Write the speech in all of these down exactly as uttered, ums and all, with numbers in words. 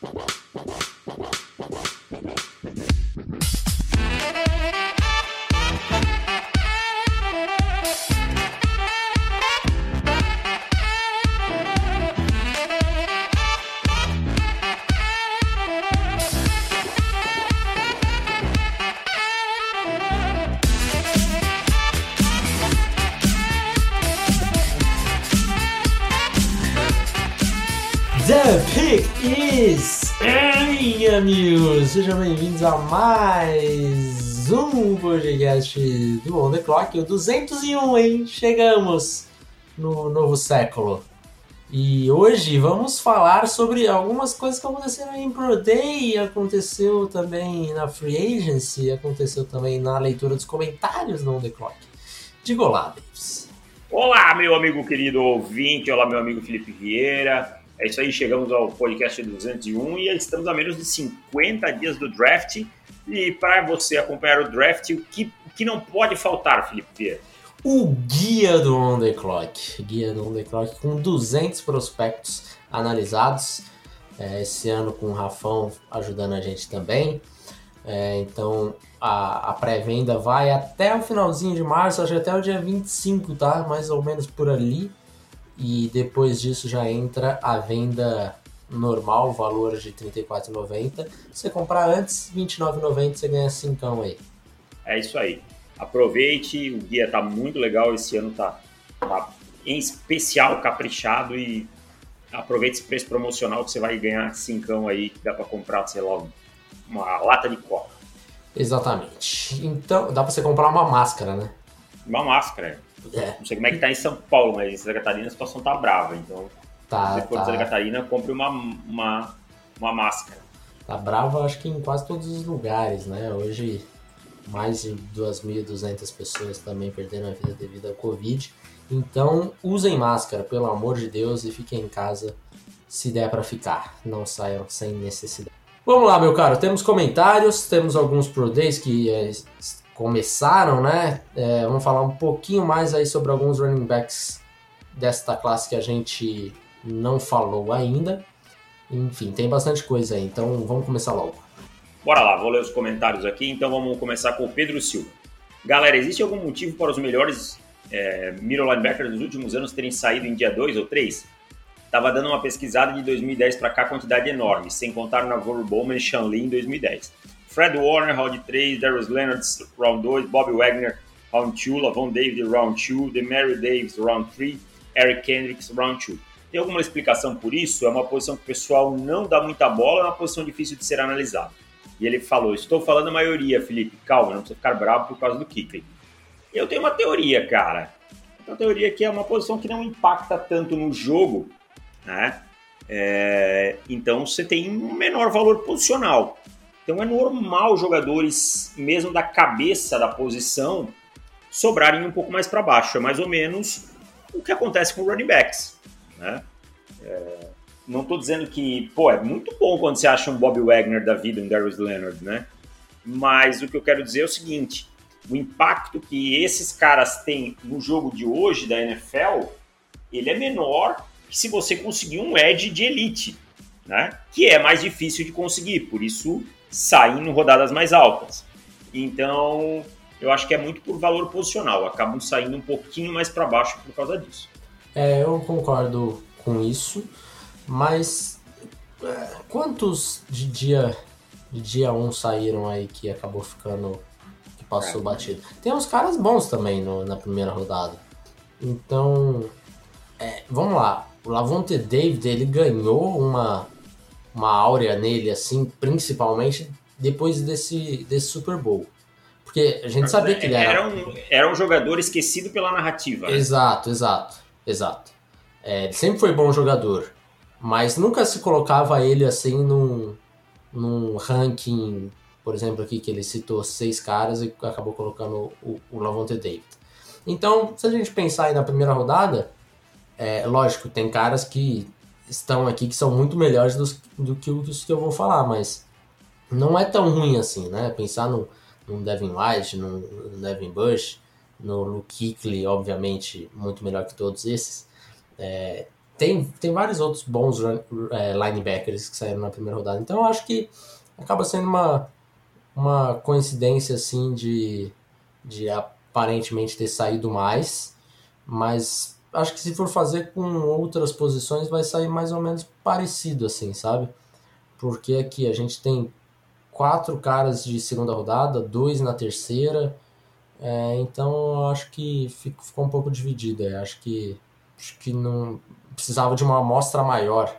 The pick is Ei, amigos! Sejam bem-vindos a mais um podcast do On The Clock, o duzentos e um, hein? Chegamos no novo século. E hoje vamos falar sobre algumas coisas que aconteceram em Pro Day, aconteceu também na Free Agency, aconteceu também na leitura dos comentários no On The Clock. Diga olá, Davis. Olá, meu amigo querido ouvinte, olá, meu amigo Felipe Vieira. É isso aí, chegamos ao podcast duzentos e um e estamos a menos de cinquenta dias do draft. E para você acompanhar o draft, o que, o que não pode faltar, Felipe Vieira? O guia do On The Clock. Guia do On The Clock com duzentos prospectos analisados. É, esse ano com o Rafão ajudando a gente também. É, então a, a pré-venda vai até o finalzinho de março, acho que até o dia vinte e cinco, tá? Mais ou menos por ali. E depois disso já entra a venda normal, valor de trinta e quatro reais e noventa centavos. Se você comprar antes, vinte e nove reais e noventa centavos, você ganha cincão aí. É isso aí. Aproveite, o guia tá muito legal, esse ano tá, tá em especial caprichado e aproveite esse preço promocional que você vai ganhar cincão aí, que dá para comprar, sei lá, uma lata de coca. Exatamente. Então, dá para você comprar uma máscara, né? Uma máscara, É. Não sei como é que tá em São Paulo, mas em Santa Catarina a situação tá brava, então Tá, se você for tá. de Santa Catarina, compre uma, uma, uma máscara. Tá bravo, acho que em quase todos os lugares, né? Hoje, mais de duas mil e duzentas pessoas também perderam a vida devido ao Covid. Então, usem máscara, pelo amor de Deus, e fiquem em casa se der pra ficar. Não saiam sem necessidade. Vamos lá, meu caro. Temos comentários, temos alguns Pro Days que é, começaram, né? É, vamos falar um pouquinho mais aí sobre alguns running backs desta classe que a gente não falou ainda. Enfim, tem bastante coisa aí, então vamos começar logo. Bora lá, vou ler os comentários aqui, então vamos começar com o Pedro Silva. Galera, existe algum motivo para os melhores é, middle linebackers dos últimos anos terem saído em dia dois ou três? Tava dando uma pesquisada de dois mil e dez para cá, quantidade enorme, sem contar Navarro Bowman e Sean Lee em dois mil e dez. Fred Warner, round três, Darius Leonard, round dois, Bobby Wagner, round dois, Lavon David, round dois, Demario Davis, round três, Eric Kendricks, round dois. Tem alguma explicação por isso? É uma posição que o pessoal não dá muita bola, é uma posição difícil de ser analisada. E ele falou, estou falando a maioria, Felipe, calma, não precisa ficar bravo por causa do Kuechly. Eu tenho uma teoria, cara. Uma teoria que é uma posição que não impacta tanto no jogo, né? É, então você tem um menor valor posicional. Então é normal jogadores, mesmo da cabeça da posição, sobrarem um pouco mais para baixo. É mais ou menos o que acontece com running backs, né? É, não estou dizendo que, pô, é muito bom quando você acha um Bobby Wagner da vida, um Darius Leonard, né? Mas o que eu quero dizer é o seguinte, o impacto que esses caras têm no jogo de hoje da N F L, ele é menor que se você conseguir um edge de elite, né? Que é mais difícil de conseguir, por isso saem em rodadas mais altas. Então, eu acho que é muito por valor posicional, acabam saindo um pouquinho mais para baixo por causa disso. É, eu concordo com isso, mas é, quantos de dia de dia um saíram aí que acabou ficando, que passou é. batido? Tem uns caras bons também no, na primeira rodada. Então, é, vamos lá, o Lavonte David, ele ganhou uma, uma áurea nele, assim, principalmente depois desse, desse Super Bowl. Porque a gente sabia que ele era... Era um, era um jogador esquecido pela narrativa. Né? Exato, exato, exato. É, ele sempre foi bom jogador, mas nunca se colocava ele assim num, num ranking, por exemplo, aqui que ele citou seis caras e acabou colocando o, o Lavonte David. Então, se a gente pensar aí na primeira rodada, é lógico, tem caras que estão aqui que são muito melhores dos, do que os que eu vou falar, mas não é tão ruim assim, né? Pensar no, no Devin White, no, no Devin Bush, no Luke Kuechly, obviamente, muito melhor que todos esses. É, tem, tem vários outros bons é, linebackers que saíram na primeira rodada. Então eu acho que acaba sendo uma, uma coincidência assim de, de aparentemente ter saído mais, mas acho que se for fazer com outras posições vai sair mais ou menos parecido assim, sabe? Porque aqui a gente tem quatro caras de segunda rodada, dois na terceira, é, então eu acho que ficou um pouco dividido. Eu acho que, acho que não precisava de uma amostra maior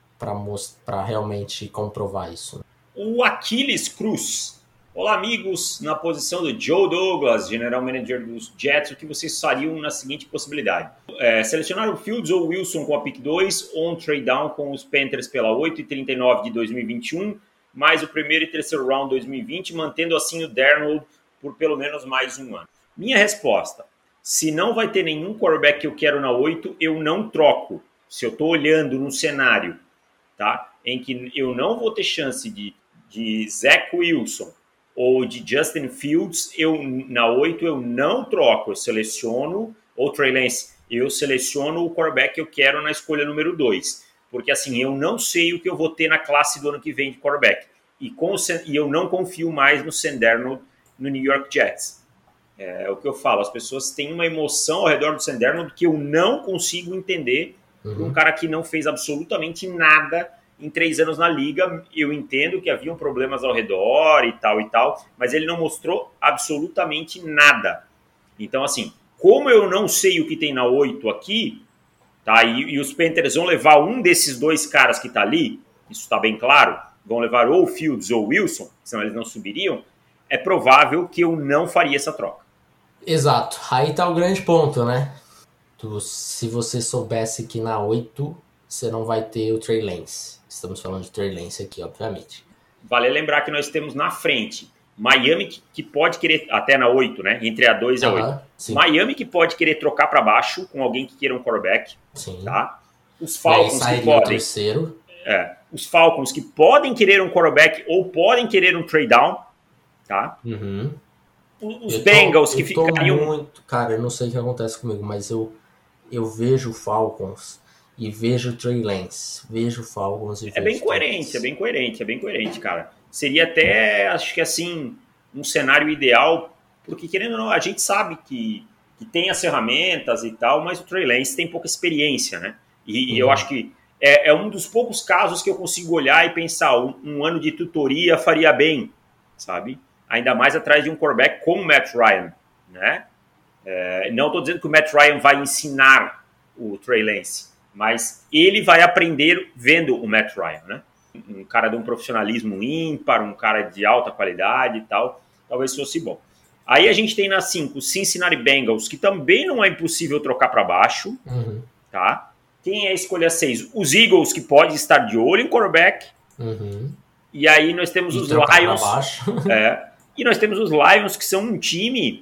para realmente comprovar isso. O Aquiles Cruz. Olá, amigos. Na posição do Joe Douglas, General Manager dos Jets, o que vocês fariam na seguinte possibilidade? É, selecionar o Fields ou Wilson com a pick dois ou um trade down com os Panthers pela oito e trinta e nove de dois mil e vinte e um, mais o primeiro e terceiro round dois mil e vinte, mantendo assim o Darnold por pelo menos mais um ano. Minha resposta: se não vai ter nenhum quarterback que eu quero na oito, eu não troco. Se eu estou olhando no cenário, tá, em que eu não vou ter chance de, de Zach Wilson ou de Justin Fields, eu, na oito eu não troco. Eu seleciono, ou Trey Lance, eu seleciono o quarterback que eu quero na escolha número dois. Porque assim, eu não sei o que eu vou ter na classe do ano que vem de quarterback. E, com, e eu não confio mais no Sam Darnold no New York Jets. É o que eu falo, as pessoas têm uma emoção ao redor do Sam Darnold que eu não consigo entender. Uhum. Um cara que não fez absolutamente nada em três anos na liga. Eu entendo que haviam problemas ao redor e tal e tal, mas ele não mostrou absolutamente nada. Então, assim, como eu não sei o que tem na oito aqui, tá, e, e os Panthers vão levar um desses dois caras que tá ali, isso está bem claro, vão levar ou Fields ou Wilson, senão eles não subiriam, é provável que eu não faria essa troca. Exato. Aí tá o grande ponto, né? Tu, se você soubesse que na oito você não vai ter o Trey Lance. Estamos falando de Trey Lance aqui, obviamente. Vale lembrar que nós temos na frente Miami, que, que pode querer, até na oito, né? Entre a dois e a oito. Sim. Miami, que pode querer trocar para baixo com alguém que queira um quarterback. Sim. Tá? Os Falcons que podem. O terceiro. É, os Falcons que podem querer um quarterback ou podem querer um trade down. Tá? Uhum. Os eu Bengals tô, que ficariam. Muito, cara, eu não sei o que acontece comigo, mas eu, eu vejo o Falcons e vejo o Trey Lance. Vejo o Falcons e É vejo bem coerente, é bem coerente, é bem coerente, cara. Seria até, acho que assim, um cenário ideal, porque querendo ou não, a gente sabe que, que tem as ferramentas e tal, mas o Trey Lance tem pouca experiência, né? E, uhum. e eu acho que é, é um dos poucos casos que eu consigo olhar e pensar, um, um ano de tutoria faria bem, sabe? Ainda mais atrás de um quarterback como o Matt Ryan, né? É, não estou dizendo que o Matt Ryan vai ensinar o Trey Lance, mas ele vai aprender vendo o Matt Ryan, né? Um cara de um profissionalismo ímpar, um cara de alta qualidade e tal, talvez fosse bom. Aí a gente tem na cinco o Cincinnati Bengals, que também não é impossível trocar para baixo, uhum. tá? Quem é a escolha seis? Os Eagles, que pode estar de olho em quarterback. Uhum. E aí nós temos e os Lions. é, e nós temos os Lions, que são um time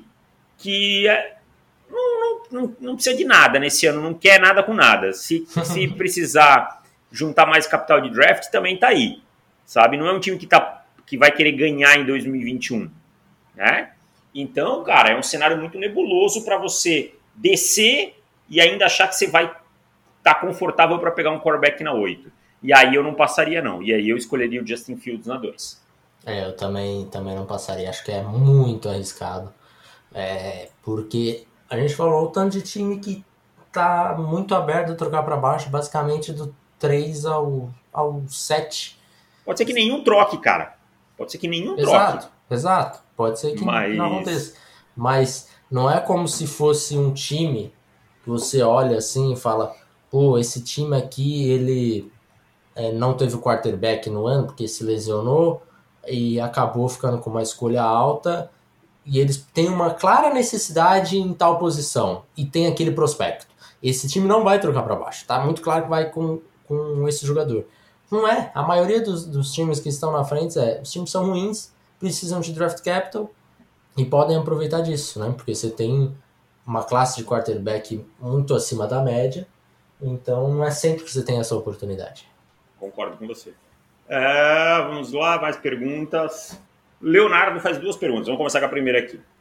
que é, não, não, não, não precisa de nada nesse ano, não quer nada com nada. Se, se precisar juntar mais capital de draft, também tá aí, sabe? Não é um time que, tá, que vai querer ganhar em dois mil e vinte e um, né? Então, cara, é um cenário muito nebuloso para você descer e ainda achar que você vai estar tá confortável para pegar um quarterback na oito. E aí eu não passaria, não. E aí eu escolheria o Justin Fields na dois. É, eu também, também não passaria. Acho que é muito arriscado. É, porque a gente falou o tanto de time que tá muito aberto a trocar para baixo, basicamente do três ao, ao sete. Pode ser que nenhum troque, cara. Pode ser que nenhum exato, troque. Exato, pode ser que Mas... não aconteça. Mas não é como se fosse um time que você olha assim e fala, pô, esse time aqui, ele é, não teve o quarterback no ano porque se lesionou e acabou ficando com uma escolha alta e eles têm uma clara necessidade em tal posição e tem aquele prospecto. Esse time não vai trocar para baixo, tá muito claro que vai com, com esse jogador. Não é, a maioria dos, dos times que estão na frente, é, os times são ruins, precisam de draft capital e podem aproveitar disso, né? Porque você tem uma classe de quarterback muito acima da média, então não é sempre que você tem essa oportunidade. Concordo com você. É, vamos lá, mais perguntas. Leonardo faz duas perguntas. Vamos começar com a primeira aqui.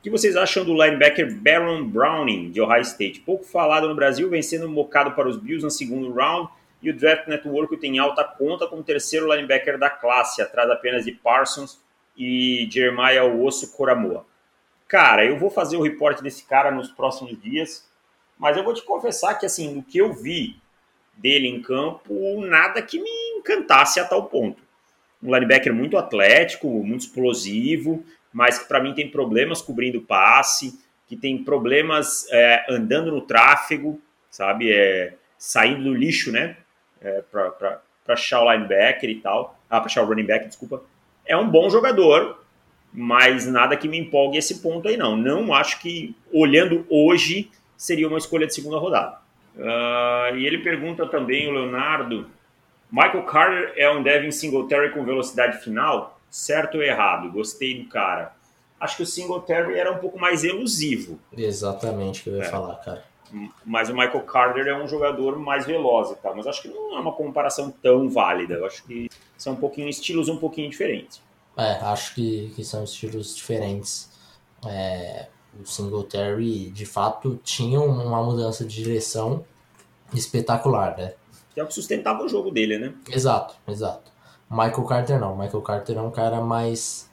que vocês acham do linebacker Baron Browning, de Ohio State? Pouco falado no Brasil, vem sendo mocado para os Bills no segundo round, e o Draft Network tem alta conta como terceiro linebacker da classe, atrás apenas de Parsons e Jeremiah Osso Coramoa. Cara, eu vou fazer o report desse cara nos próximos dias, mas eu vou te confessar que, assim, do que eu vi dele em campo, nada que me encantasse a tal ponto. Um linebacker muito atlético, muito explosivo, mas que para mim tem problemas cobrindo passe, que tem problemas é, andando no tráfego, sabe, é, saindo do lixo, né, é, para achar o linebacker e tal, ah, para achar o running back, desculpa. É um bom jogador, mas nada que me empolgue esse ponto aí não. Não acho que, olhando hoje, seria uma escolha de segunda rodada. Uh, e ele pergunta também, o Leonardo, Michael Carter é um Devin Singletary com velocidade final? Certo ou errado? Gostei do cara. Acho que o Singletary era um pouco mais elusivo. Exatamente o que eu ia é. falar, cara. Mas o Michael Carter é um jogador mais veloz e tal. Mas acho que não é uma comparação tão válida. Eu acho que são um pouquinho estilos um pouquinho diferentes. É, acho que, que são estilos diferentes. É, o Singletary, de fato, tinha uma mudança de direção espetacular, né? Que é o que sustentava o jogo dele, né? Exato, exato. Michael Carter não. Michael Carter é um cara mais,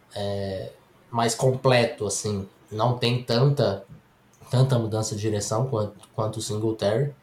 é, mais completo, assim. Não tem tanta, tanta mudança de direção quanto, quanto o Singletary,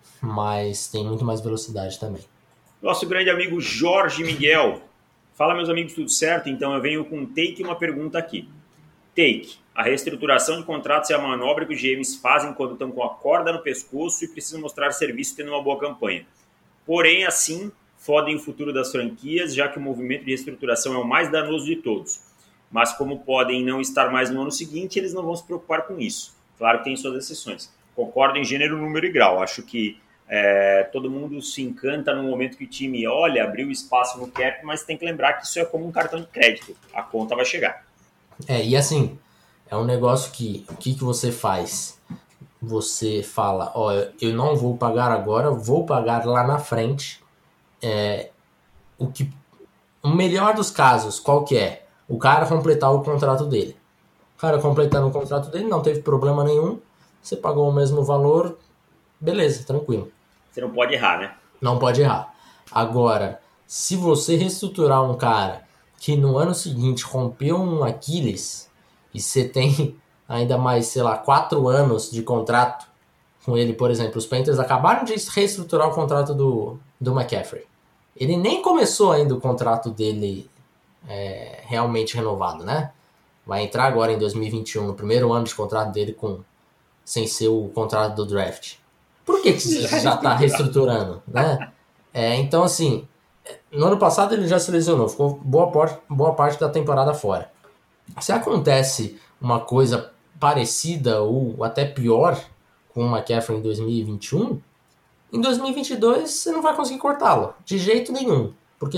mas tem muito mais velocidade também. Nosso grande amigo Jorge Miguel. Fala, meus amigos, tudo certo? Então eu venho com um take e uma pergunta aqui. Take. A reestruturação de contratos é a manobra que os G Ms fazem quando estão com a corda no pescoço e precisam mostrar serviço tendo uma boa campanha. Porém, assim, fodem o futuro das franquias, já que o movimento de reestruturação é o mais danoso de todos. Mas como podem não estar mais no ano seguinte, eles não vão se preocupar com isso. Claro que tem suas exceções. Concordo em gênero, número e grau. Acho que é, todo mundo se encanta no momento que o time, olha, abriu espaço no cap, mas tem que lembrar que isso é como um cartão de crédito. A conta vai chegar. É, e assim, é um negócio que, o que, que você faz? Você fala, ó, eu não vou pagar agora, vou pagar lá na frente. É, o, que, o melhor dos casos, qual que é? O cara completar o contrato dele. O cara completando o contrato dele, não teve problema nenhum, você pagou o mesmo valor, beleza, tranquilo. Você não pode errar, né? Não pode errar. Agora, se você reestruturar um cara que no ano seguinte rompeu um Aquiles e você tem ainda mais, sei lá, quatro anos de contrato com ele, por exemplo, os Panthers acabaram de reestruturar o contrato do, do McCaffrey. Ele nem começou ainda o contrato dele é, realmente renovado, né? Vai entrar agora em dois mil e vinte e um, no primeiro ano de contrato dele, com, sem ser o contrato do draft. Por que, que você já está reestruturando, né? É, então, assim, no ano passado ele já se lesionou, ficou boa parte, boa parte da temporada fora. Se acontece uma coisa parecida ou até pior com o McCaffrey em dois mil e vinte e um, em dois mil e vinte e dois você não vai conseguir cortá-lo, de jeito nenhum, porque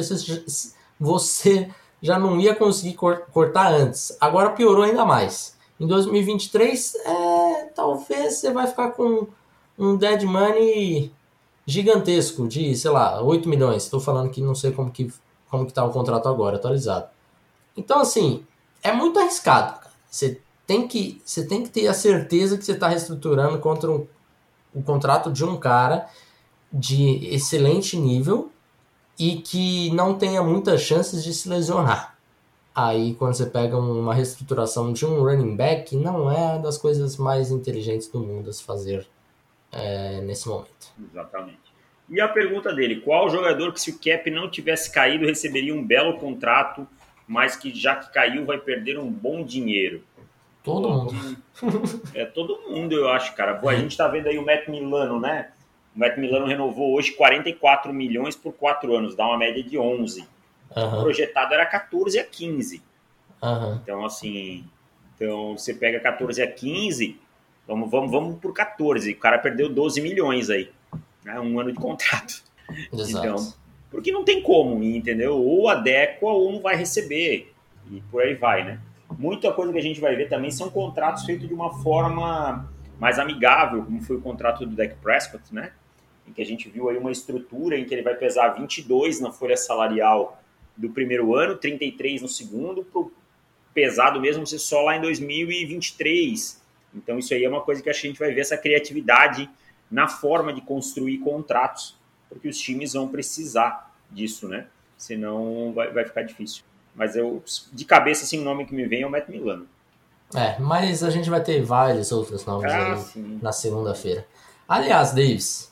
você já não ia conseguir cortar antes. Agora piorou ainda mais. Em dois mil e vinte e três, é, talvez você vai ficar com um dead money gigantesco de, sei lá, oito milhões. Estou falando que não sei como que como que tá o contrato agora, atualizado. Então, assim, é muito arriscado, cara. Você tem que, você tem que ter a certeza que você está reestruturando contra um, o contrato de um cara de excelente nível e que não tenha muitas chances de se lesionar. Aí, quando você pega uma reestruturação de um running back, não é das coisas mais inteligentes do mundo a se fazer é, nesse momento. Exatamente. E a pergunta dele, qual jogador que se o cap não tivesse caído receberia um belo contrato, mas que já que caiu vai perder um bom dinheiro? Todo Pô, mundo. É todo mundo, eu acho, cara. Pô, a gente tá vendo aí o Matt Milano, né? O Matt Milano renovou hoje quarenta e quatro milhões por quatro anos, dá uma média de onze. Uhum. O projetado era catorze a quinze. Uhum. Então, assim, então você pega catorze a quinze, vamos, vamos, vamos por catorze. O cara perdeu doze milhões aí, né? Um ano de contrato. Exato. Então, porque não tem como, entendeu? Ou adequa ou não vai receber. E por aí vai, né? Muita coisa que a gente vai ver também são contratos feitos de uma forma mais amigável, como foi o contrato do Dak Prescott, né? Em que a gente viu aí uma estrutura em que ele vai pesar vinte e dois na folha salarial do primeiro ano, trinta e três no segundo, para o pesado mesmo ser só lá em dois mil e vinte e três. Então isso aí é uma coisa que a gente vai ver, essa criatividade na forma de construir contratos, porque os times vão precisar disso, né? Senão vai, vai ficar difícil. Mas eu, de cabeça, assim, o nome que me vem é o Matt Milano. É, mas a gente vai ter vários outros nomes Ah, aí sim. na segunda-feira. Aliás, Davis,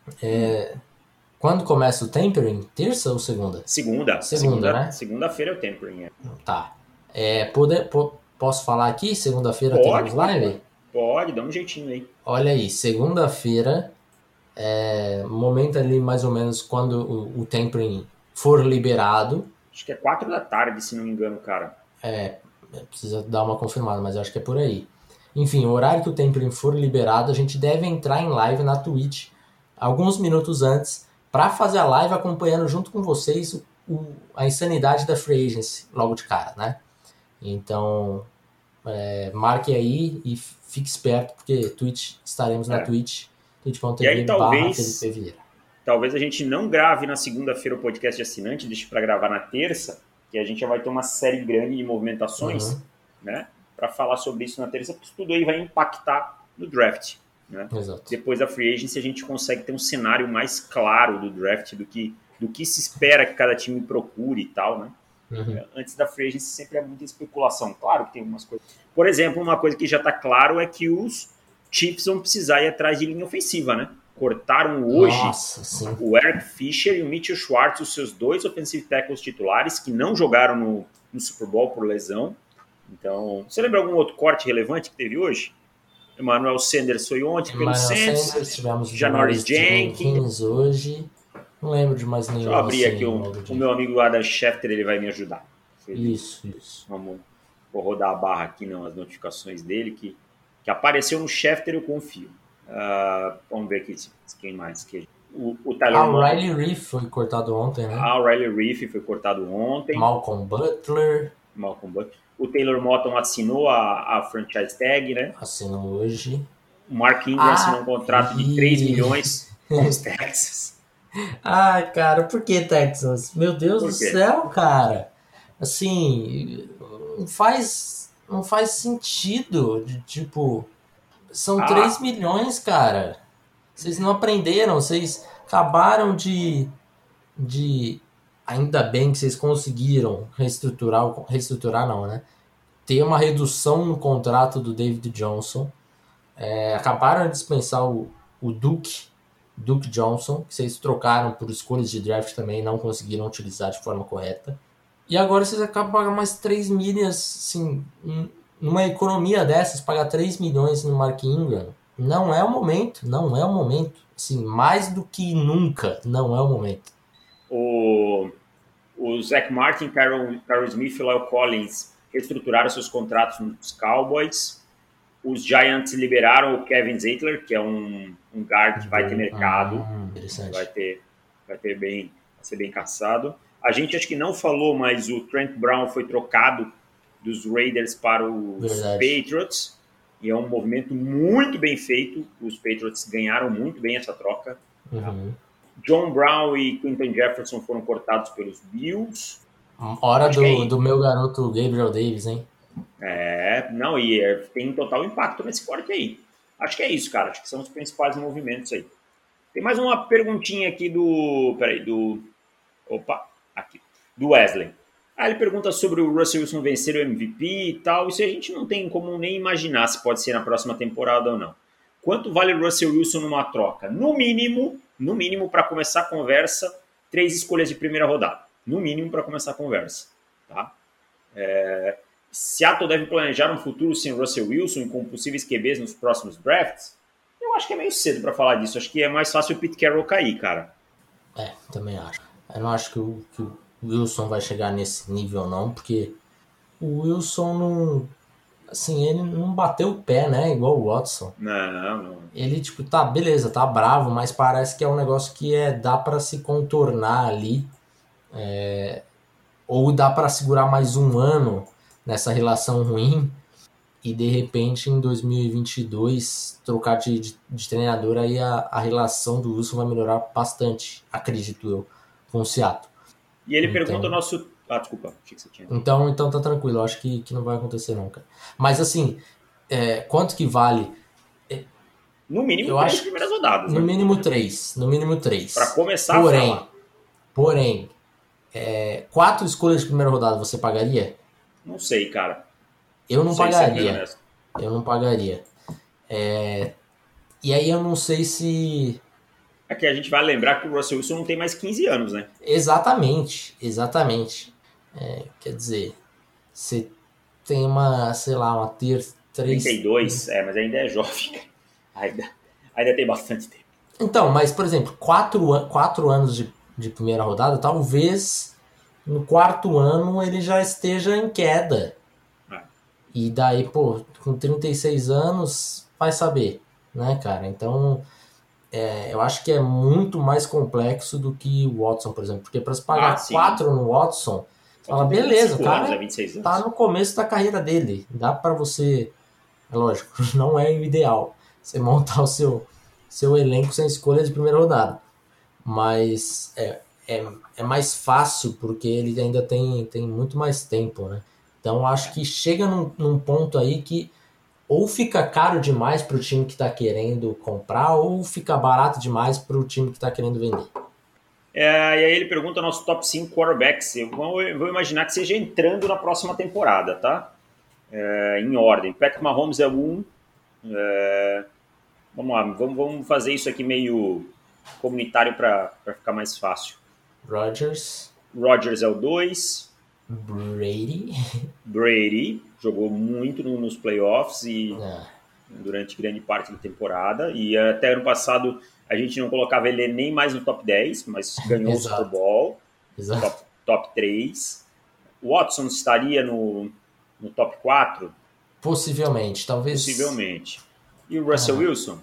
é, quando começa o Tempering? Terça ou segunda? Segunda. Segunda, segunda né? Segunda-feira é o Tempering. É. Tá. É, poder, po- posso falar aqui? Segunda-feira Pode, temos live? Pode, pode, dá um jeitinho aí. Olha aí, segunda-feira, é, momento ali mais ou menos quando o, o Tempering for liberado. Acho que é quatro da tarde, se não me engano, cara. É, precisa dar uma confirmada, mas eu acho que é por aí. Enfim, o horário que o Tempering for liberado, a gente deve entrar em live na Twitch alguns minutos antes para fazer a live acompanhando junto com vocês o, o, a insanidade da Free Agency logo de cara, né? Então, é, marque aí e fique esperto, porque Twitch, estaremos na É. Twitch, twitch ponto E aí, tv barra talvez- Felipe Vieira. Talvez a gente não grave na segunda-feira o podcast de assinante, deixe para gravar na terça, que a gente já vai ter uma série grande de movimentações, Uhum. né? Para falar sobre isso na terça, porque isso tudo aí vai impactar no draft, né? Exato. Depois da free agency, a gente consegue ter um cenário mais claro do draft, do que, do que se espera que cada time procure e tal, né? Uhum. Antes da free agency sempre é muita especulação. Claro que tem algumas coisas. Por exemplo, uma coisa que já está claro é que os Chiefs vão precisar ir atrás de linha ofensiva, né? Cortaram hoje Nossa, sim. o Eric Fisher e o Mitchell Schwartz, os seus dois offensive tackles titulares, que não jogaram no, no Super Bowl por lesão. Então, você lembra algum outro corte relevante que teve hoje? Emmanuel Sanders foi ontem pelo Emmanuel Saints. Sanders, tivemos o Janoris Janoris Jenkins. hoje. Não lembro de mais nenhum. Deixa eu abrir assim, aqui o, logo de- o meu amigo Adam Schefter, ele vai me ajudar. Isso, isso. Vamos, vou rodar a barra aqui, não, as notificações dele, que, que apareceu no Schefter, eu confio. Uh, vamos ver aqui quem mais. Que, o, o Tyler Ah, o Mo- Riley Reef foi cortado ontem, né? Ah, o Riley Reef foi cortado ontem. Malcolm Butler Malcolm Butler. O Taylor Moton assinou a, a franchise tag, né? assinou hoje. O Mark Ingram Ah, assinou um contrato de e- três milhões com os Texas. Ai, cara, por que Texans? Meu Deus Por do quê? céu, cara. Assim, não faz, não faz sentido. De, tipo, são Ah. três milhões, cara. Vocês não aprenderam, vocês acabaram de, de. Ainda bem que vocês conseguiram reestruturar, o- reestruturar não, né? Ter uma redução no contrato do David Johnson. É, acabaram de dispensar o, o Duke, Duke Johnson, que vocês trocaram por escolhas de draft também, não conseguiram utilizar de forma correta. E agora vocês acabam de pagar mais três milhas, assim, em- numa economia dessas, pagar três milhões no Mark Ingram, não é o momento, não é o momento. Assim, mais do que nunca, não é o momento. O, o Zach Martin, Carol, Carol Smith e Lyle Collins reestruturaram seus contratos nos Cowboys. Os Giants liberaram o Kevin Zeitler, que é um, um guard que vai ter mercado. Hum, interessante. vai ter, vai ter bem, vai ser bem caçado. A gente acho que não falou, mas o Trent Brown foi trocado dos Raiders para os Verdade. Patriots, e é um movimento muito bem feito. Os Patriots ganharam muito bem essa troca. Uhum. John Brown e Quinton Jefferson foram cortados pelos Bills. Hora Acho que é do, isso. do meu garoto Gabriel Davis, hein? É, não, e é, tem total impacto nesse corte aí. Acho que é isso, cara. Acho que são os principais movimentos aí. Tem mais uma perguntinha aqui do... Peraí, do... Opa, aqui. Do Wesley. Ah, ele pergunta sobre o Russell Wilson vencer o M V P e tal. Isso a gente não tem como nem imaginar se pode ser na próxima temporada ou não. Quanto vale o Russell Wilson numa troca? No mínimo, no mínimo, para começar a conversa, três escolhas de primeira rodada. No mínimo, para começar a conversa. Tá? É... Seattle deve planejar um futuro sem Russell Wilson e com possíveis Q Bs nos próximos drafts? Eu acho que é meio cedo para falar disso. Acho que é mais fácil o Pete Carroll cair, cara. É, também acho. Eu não acho que o, que o Wilson vai chegar nesse nível, não, porque o Wilson não. Assim, ele não bateu o pé, né? Igual o Watson. Não, não. Ele, tipo, tá, beleza, tá bravo, mas parece que é um negócio que é, dá pra se contornar ali. É, ou dá pra segurar mais um ano nessa relação ruim e, de repente, em dois mil e vinte e dois, trocar de, de, de treinador, aí a, a relação do Wilson vai melhorar bastante, acredito eu, com o Seattle. E ele Então- pergunta o nosso Ah, desculpa, achei que você tinha. Então, então tá tranquilo, eu acho que, que não vai acontecer não, cara. Mas assim, é, quanto que vale? No mínimo Eu três acho primeiras rodadas, no né? mínimo três, no mínimo Para três. começar a Porém, falar. porém, é, quatro escolhas de primeira rodada você pagaria? Não sei, cara. Eu Não não sei, sendo bem pagaria. honesto. Eu não pagaria. É, e aí eu não sei se... É que a gente vai lembrar que o Russell Wilson não tem mais quinze anos, né? Exatamente, exatamente. É, quer dizer, você tem uma, sei lá, uma ter trinta três... e dois, é, mas ainda é jovem. Ainda, ainda tem bastante tempo. Então, mas, por exemplo, quatro, an- quatro anos de, de primeira rodada, talvez no quarto ano ele já esteja em queda. Ah, E daí, pô, com trinta e seis anos, vai saber, né, cara? Então, é, eu acho que é muito mais complexo do que o Watson, por exemplo. Porque para se ah, pagar sim. quatro no Watson, você fala, Watson tem beleza, o vinte e cinco anos, é cara vinte e seis tá anos. no começo da carreira dele. Dá para você, é lógico, não é o ideal você montar o seu, seu elenco sem escolha de primeira rodada. Mas é, é, é mais fácil porque ele ainda tem, tem muito mais tempo, né? Então acho que chega num, num ponto aí que ou fica caro demais para o time que está querendo comprar ou fica barato demais para o time que está querendo vender. É, e aí ele pergunta nosso top cinco quarterbacks. Eu vou, eu vou imaginar que seja entrando na próxima temporada, tá? É, em ordem. Patrick Mahomes é um. É, vamos lá, vamos, vamos fazer isso aqui meio comunitário para ficar mais fácil. Rodgers. Rodgers é o dois. Brady. Brady jogou muito no, nos playoffs e Ah, durante grande parte da temporada. E até ano passado a gente não colocava ele nem mais no top dez, mas ganhou exato. o Super Bowl, Exato. top, top três. Watson estaria no, no top quatro? Possivelmente, talvez. Possivelmente. E o Russell Ah, Wilson?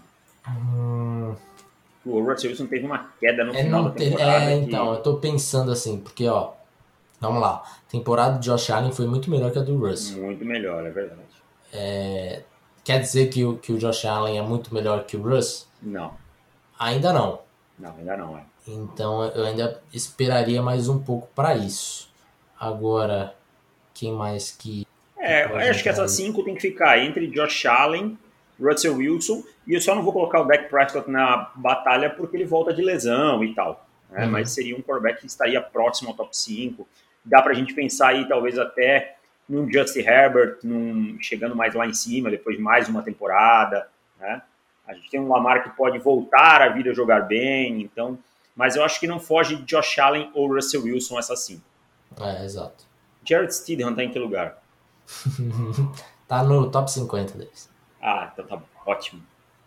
hum, O Russell Wilson teve uma queda no é, final não da ter, temporada é, que... então, eu tô pensando assim, porque, ó, vamos lá, a temporada de Josh Allen foi muito melhor que a do Russell. Muito melhor, é verdade. É, quer dizer que o, que o Josh Allen é muito melhor que o Russ? Não. Ainda não. Não, ainda não, é. Então eu ainda esperaria mais um pouco para isso. Agora, quem mais que, que É, pode eu acho que entrar essas aí? cinco tem que ficar entre Josh Allen, Russell Wilson, e eu só não vou colocar o Dak Prescott na batalha porque ele volta de lesão e tal. Né? Uhum. Mas seria um quarterback que estaria próximo ao top cinco. Dá pra gente pensar aí, talvez até num Justin Herbert, num, chegando mais lá em cima, depois de mais uma temporada. Né? A gente tem um Lamar que pode voltar a vir a jogar bem, então... Mas eu acho que não foge de Josh Allen ou Russell Wilson essas cinco. É, exato. Jared Stidham tá em que lugar? Tá no top cinquenta deles. Ah, então tá bom. Ótimo.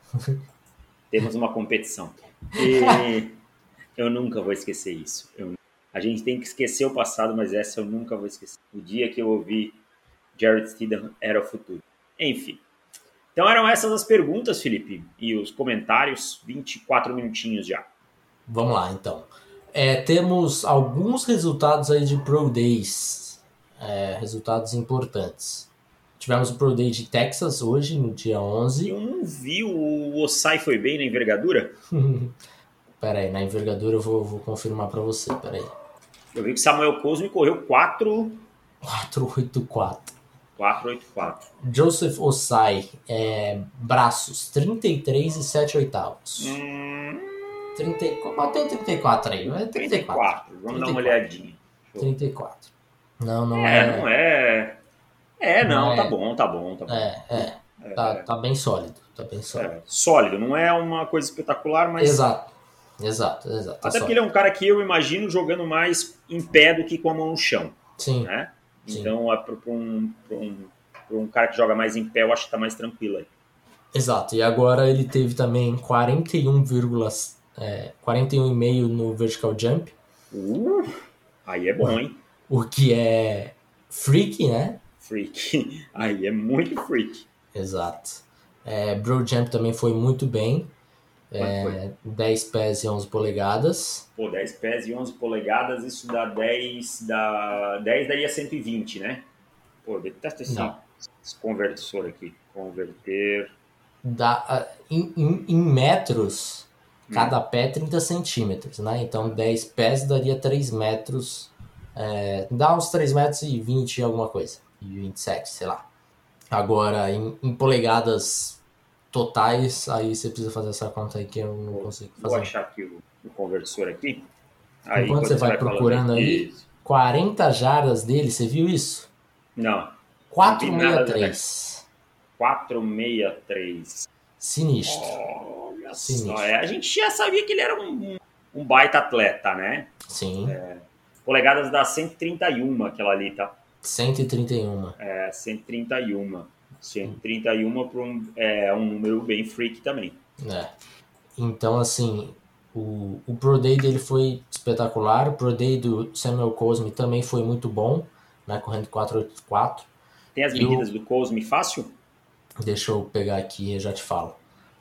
Temos uma competição. E eu nunca vou esquecer isso. Eu, a gente tem que esquecer o passado, mas essa eu nunca vou esquecer. O dia que eu ouvi Jared Stidham era o futuro. Enfim. Então eram essas as perguntas, Felipe, e os comentários. vinte e quatro minutinhos já. Vamos lá, então. É, temos alguns resultados aí de Pro Days. É, resultados importantes. Tivemos o Pro Day de Texas hoje, no dia onze. Eu não vi o Osai foi bem na envergadura? Pera aí, na envergadura eu vou, vou confirmar para você, pera aí. Eu vi que Samuel Cosme correu quatro... quatro oito quatro. quatro oito quatro. Joseph Osai, é, braços, trinta e três e sete oitavos. Hum, trinta, bateu trinta e quatro aí, vai trinta e quatro. Vamos dar uma olhadinha. trinta e quatro. Não, não É, é. não é... É, não, Não é. tá bom, tá bom, tá bom. É, é. É, Tá, é. tá bem sólido. Tá bem sólido. É, sólido, não é uma coisa espetacular, mas... Exato. Exato, exato. Tá Até porque sólido. ele é um cara que eu imagino jogando mais em pé do que com a mão no chão, Sim. né? Sim. Então, é para um, pra um, pra um cara que joga mais em pé, eu acho que tá mais tranquilo aí. Exato. E agora ele teve também quarenta e um, é, quarenta e um vírgula cinco no vertical jump. Uh, aí é bom, hein? O que é freak, né? Freak. Aí é muito freak. Exato. É, Bro Jump também foi muito bem. Quanto É, foi? dez pés e onze polegadas. Pô, dez pés e onze polegadas, isso dá dez, dá dez daria cento e vinte, né? Pô, detesto esse, Não. esse conversor aqui. Converter... Dá, ah, em, em, em metros, cada pé é trinta centímetros, né? Então dez pés daria três metros É, dá uns três metros e vinte alguma coisa. E vinte e sete, sei lá. Agora, em, em polegadas totais, aí você precisa fazer essa conta aí que eu não consigo fazer. Vou achar aqui o, o conversor aqui. Aí, Enquanto você vai, vai procurando aí, isso. quarenta jardas dele, você viu isso? Não. quatrocentos e sessenta e três. quatrocentos e sessenta e três. Sinistro. Olha Sinistro. Só. É, a gente já sabia que ele era um, um baita atleta, né? Sim. É, polegadas dá cento e trinta e um aquela ali, tá? cento e trinta e um. É, cento e trinta e um. cento e trinta e um para um, é um número bem freak também. É. Então, assim, o, o Pro Day dele foi espetacular. O Pro Day do Samuel Cosme também foi muito bom, né? Correndo quatrocentos e oitenta e quatro. Tem as medidas eu, do Cosme fácil? Deixa eu pegar aqui e eu já te falo.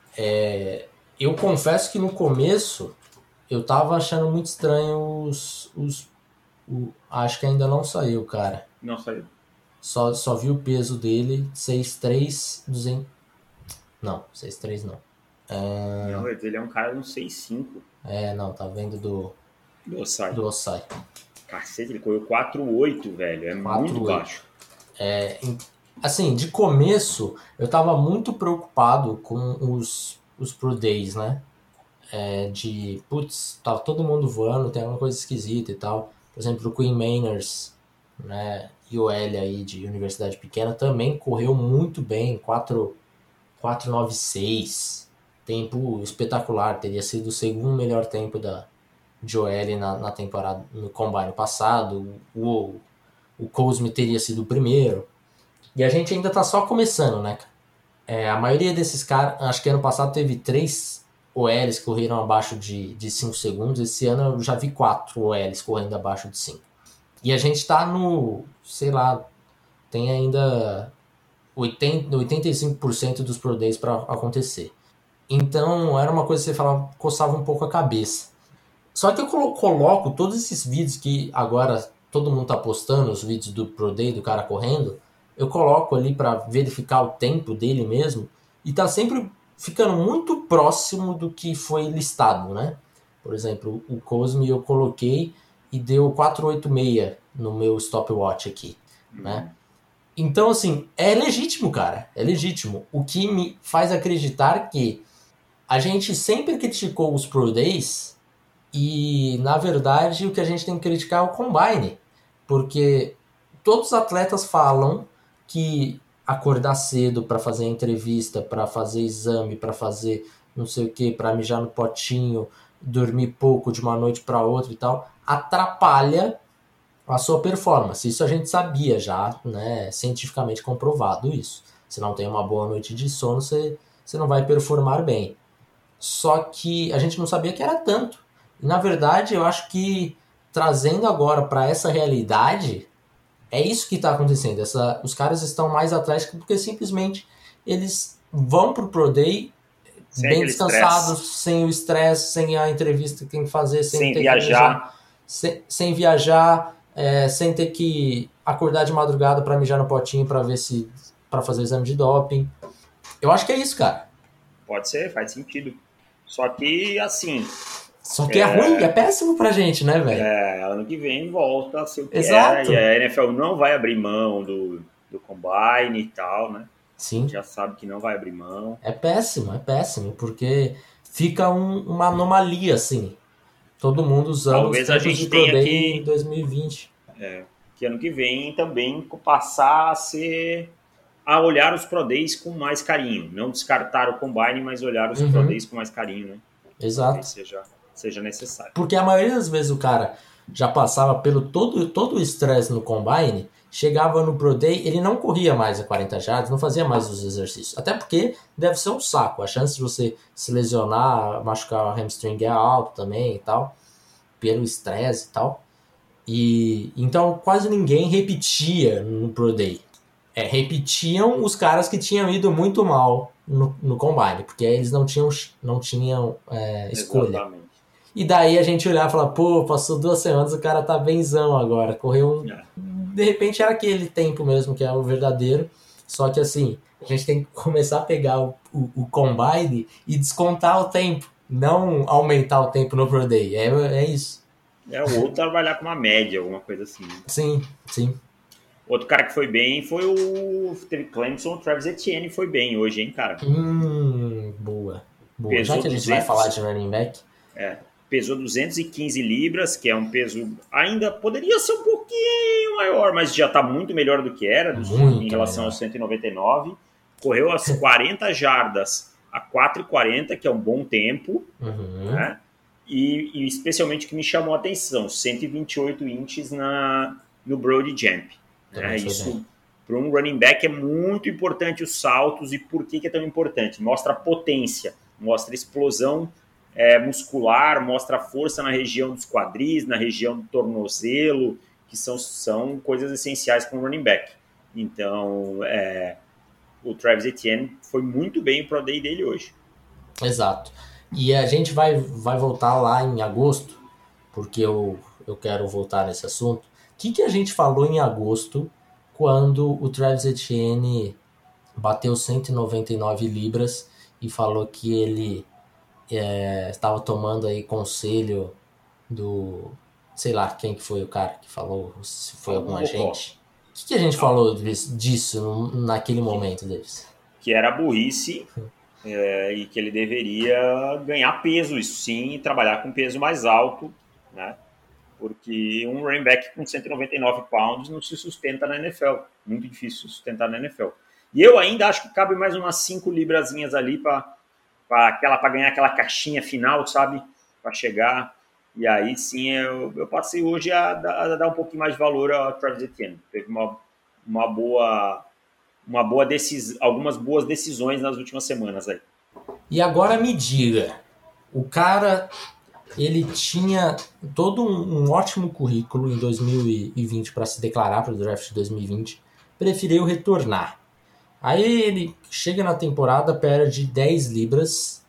É, eu confesso que no começo eu tava achando muito estranho os... os o, acho que ainda não saiu, cara. Não saiu. Só, só vi o peso dele, seis três, duzentos... Não, seis três não. É... Não, ele é um cara de um seis cinco. É, não, tá vendo do... Do Osai. Do Osai. Cacete, ele correu quatro oito, velho. É muito baixo. É, assim, de começo, eu tava muito preocupado com os, os Pro Days, né? É, de, putz, tava todo mundo voando, tem alguma coisa esquisita e tal. Por exemplo, o Queen Manners, né? I O L aí de Universidade Pequena também correu muito bem, quatro nove seis, tempo espetacular, teria sido o segundo melhor tempo da de O L na, na temporada, no combine passado, o, o Cosme teria sido o primeiro, e a gente ainda tá só começando, né? É, a maioria desses caras, acho que ano passado teve três O Ls que correram abaixo de, de cinco segundos, esse ano eu já vi quatro O Ls correndo abaixo de cinco. E a gente tá no, sei lá, tem ainda oitenta, oitenta e cinco por cento dos Pro Days para acontecer. Então era uma coisa que você falava, coçava um pouco a cabeça. Só que eu coloco todos esses vídeos que agora todo mundo tá postando, os vídeos do Pro Day, do cara correndo, eu coloco ali para verificar o tempo dele mesmo, e tá sempre ficando muito próximo do que foi listado, né? Por exemplo, o Cosme eu coloquei e deu quatrocentos e oitenta e seis no meu stopwatch aqui, uhum. né? Então, assim, é legítimo, cara. É legítimo. O que me faz acreditar que a gente sempre criticou os Pro Days e, na verdade, o que a gente tem que criticar é o Combine. Porque todos os atletas falam que acordar cedo para fazer entrevista, para fazer exame, para fazer não sei o que, para mijar no potinho, dormir pouco de uma noite para outra e tal, atrapalha a sua performance. Isso a gente sabia já, né, cientificamente comprovado isso. Se não tem uma boa noite de sono, você, você não vai performar bem. Só que a gente não sabia que era tanto. E, na verdade, eu acho que trazendo agora para essa realidade, é isso que está acontecendo. Essa, os caras estão mais atléticos porque simplesmente eles vão pro Pro Day sem bem descansados, stress. Sem o estresse, sem a entrevista que tem que fazer, sem, sem ter viajar. Que viajar, sem, sem viajar, é, sem ter que acordar de madrugada para mijar no potinho para ver se para fazer o exame de doping. Eu acho que é isso, cara. Pode ser, faz sentido. Só que assim. Só que é, é ruim, é péssimo pra gente, né, velho? É, ano que vem volta a ser o que Exato. é. E a N F L não vai abrir mão do, do Combine e tal, né? Sim. Já sabe que não vai abrir mão. É péssimo, é péssimo, porque fica um, uma anomalia, assim. Todo mundo usando Talvez os a tempos gente de Pro tenha Day que, em dois mil e vinte. É, que ano que vem também passar a ser... a olhar os Pro Days com mais carinho. Não descartar o Combine, mas olhar os uhum. Pro Days com mais carinho, né? Exato. Talvez seja, seja necessário. Porque a maioria das vezes o cara já passava pelo todo, todo o estresse no Combine, chegava no Pro Day, ele não corria mais a quarenta jardas, não fazia mais os exercícios. Até porque deve ser um saco. A chance de você se lesionar, machucar o hamstring é alto também e tal, pelo estresse e tal. E então quase ninguém repetia no Pro Day. É, repetiam os caras que tinham ido muito mal no, no Combine, porque aí eles não tinham, não tinham é, escolha. Exatamente. E daí a gente olhava e falava, pô, passou duas semanas, o cara tá benzão agora, correu um... É. De repente era aquele tempo mesmo, que é o verdadeiro, só que assim, a gente tem que começar a pegar o, o, o Combine e descontar o tempo, não aumentar o tempo no Pro Day, é, é isso. É, o outro trabalhar com uma média, alguma coisa assim. Né? Sim, sim. Outro cara que foi bem foi o teve Clemson, o Travis Etienne foi bem hoje, hein, cara? Hum, boa. Boa. Já Pesou que a gente vai falar de duzentos, running back. é, pesou duzentos e quinze libras, que é um peso ainda poderia ser um pouquinho maior, mas já tá muito melhor do que era dos, em Muito relação melhor. aos cento e noventa e nove. Correu as quarenta jardas a quatro e quarenta, que é um bom tempo, Uhum. né? E, e especialmente o que me chamou a atenção, cento e vinte e oito inches na, no Broad Jump. Né? Isso, para um running back, é muito importante os saltos. E por que, que é tão importante? Mostra potência, mostra explosão é, muscular, mostra força na região dos quadris, na região do tornozelo, que são, são coisas essenciais para um running back. Então, é, o Travis Etienne foi muito bem pro day dele hoje. Exato. E a gente vai, vai voltar lá em agosto, porque eu, eu quero voltar nesse assunto. O que, que a gente falou em agosto, quando o Travis Etienne bateu cento e noventa e nove libras e falou que ele é, estava tomando aí conselho do... Sei lá, quem que foi o cara que falou, se foi algum agente. O que, que a gente Não. falou disso naquele momento deles? Que era burrice... É, e que ele deveria ganhar peso, isso sim, e trabalhar com peso mais alto, né? Porque um running back com cento e noventa e nove pounds não se sustenta na N F L. Muito difícil sustentar na N F L. E eu ainda acho que cabe mais umas cinco librazinhas ali para ganhar aquela caixinha final, sabe? Para chegar. E aí sim eu, eu passei hoje a, a, a dar um pouquinho mais de valor ao Travis Etienne. Teve uma, uma boa... uma boa decis... algumas boas decisões nas últimas semanas aí. E agora me diga, o cara, ele tinha todo um, um ótimo currículo em dois mil e vinte para se declarar para o draft de dois mil e vinte, preferiu retornar. Aí ele chega na temporada, perde dez libras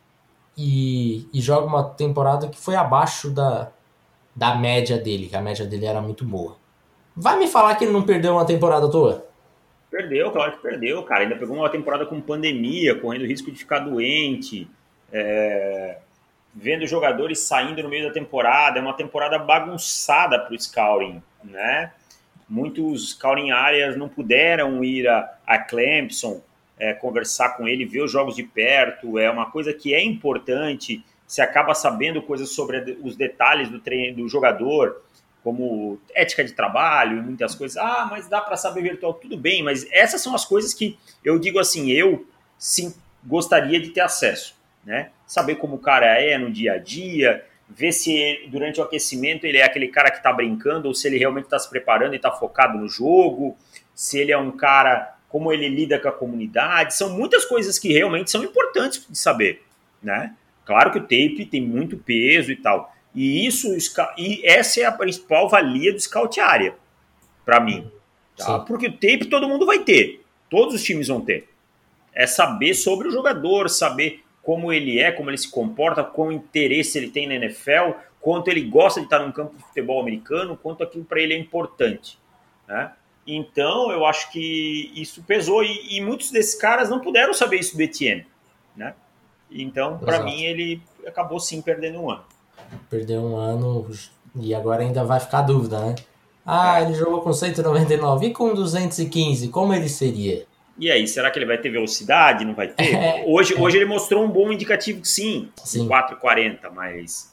e, e joga uma temporada que foi abaixo da, da média dele, que a média dele era muito boa. Vai me falar que ele não perdeu uma temporada à toa? Perdeu, claro que perdeu, cara. Ainda pegou uma temporada com pandemia, correndo risco de ficar doente, é... vendo jogadores saindo no meio da temporada. É uma temporada bagunçada para o scouting, né? Muitos scouting áreas não puderam ir a, a Clemson, é, conversar com ele, ver os jogos de perto. É uma coisa que é importante. Você acaba sabendo coisas sobre os detalhes do treino do jogador, como ética de trabalho e muitas coisas. Ah, mas dá para saber virtual, tudo bem, mas essas são as coisas que eu digo assim, eu sim gostaria de ter acesso, né? Saber como o cara é no dia a dia, ver se durante o aquecimento ele é aquele cara que está brincando ou se ele realmente está se preparando e está focado no jogo, se ele é um cara, como ele lida com a comunidade, são muitas coisas que realmente são importantes de saber, né? Claro que o tape tem muito peso e tal, E, isso, e essa é a principal valia do scout área, para mim. Tá? Porque o tape todo mundo vai ter. Todos os times vão ter. É saber sobre o jogador, saber como ele é, como ele se comporta, qual interesse ele tem na N F L, quanto ele gosta de estar num campo de futebol americano, quanto aquilo para ele é importante. Né? Então, eu acho que isso pesou. E, e muitos desses caras não puderam saber isso do Etienne. Né? Então, para mim, ele acabou sim perdendo um ano. Perdeu um ano e agora ainda vai ficar dúvida, né? Ah, é. Ele jogou com cento e noventa e nove e com duzentos e quinze, como ele seria? E aí, será que ele vai ter velocidade? Não vai ter? É, hoje, é. hoje ele mostrou um bom indicativo que sim, sim. quatro e quarenta, mas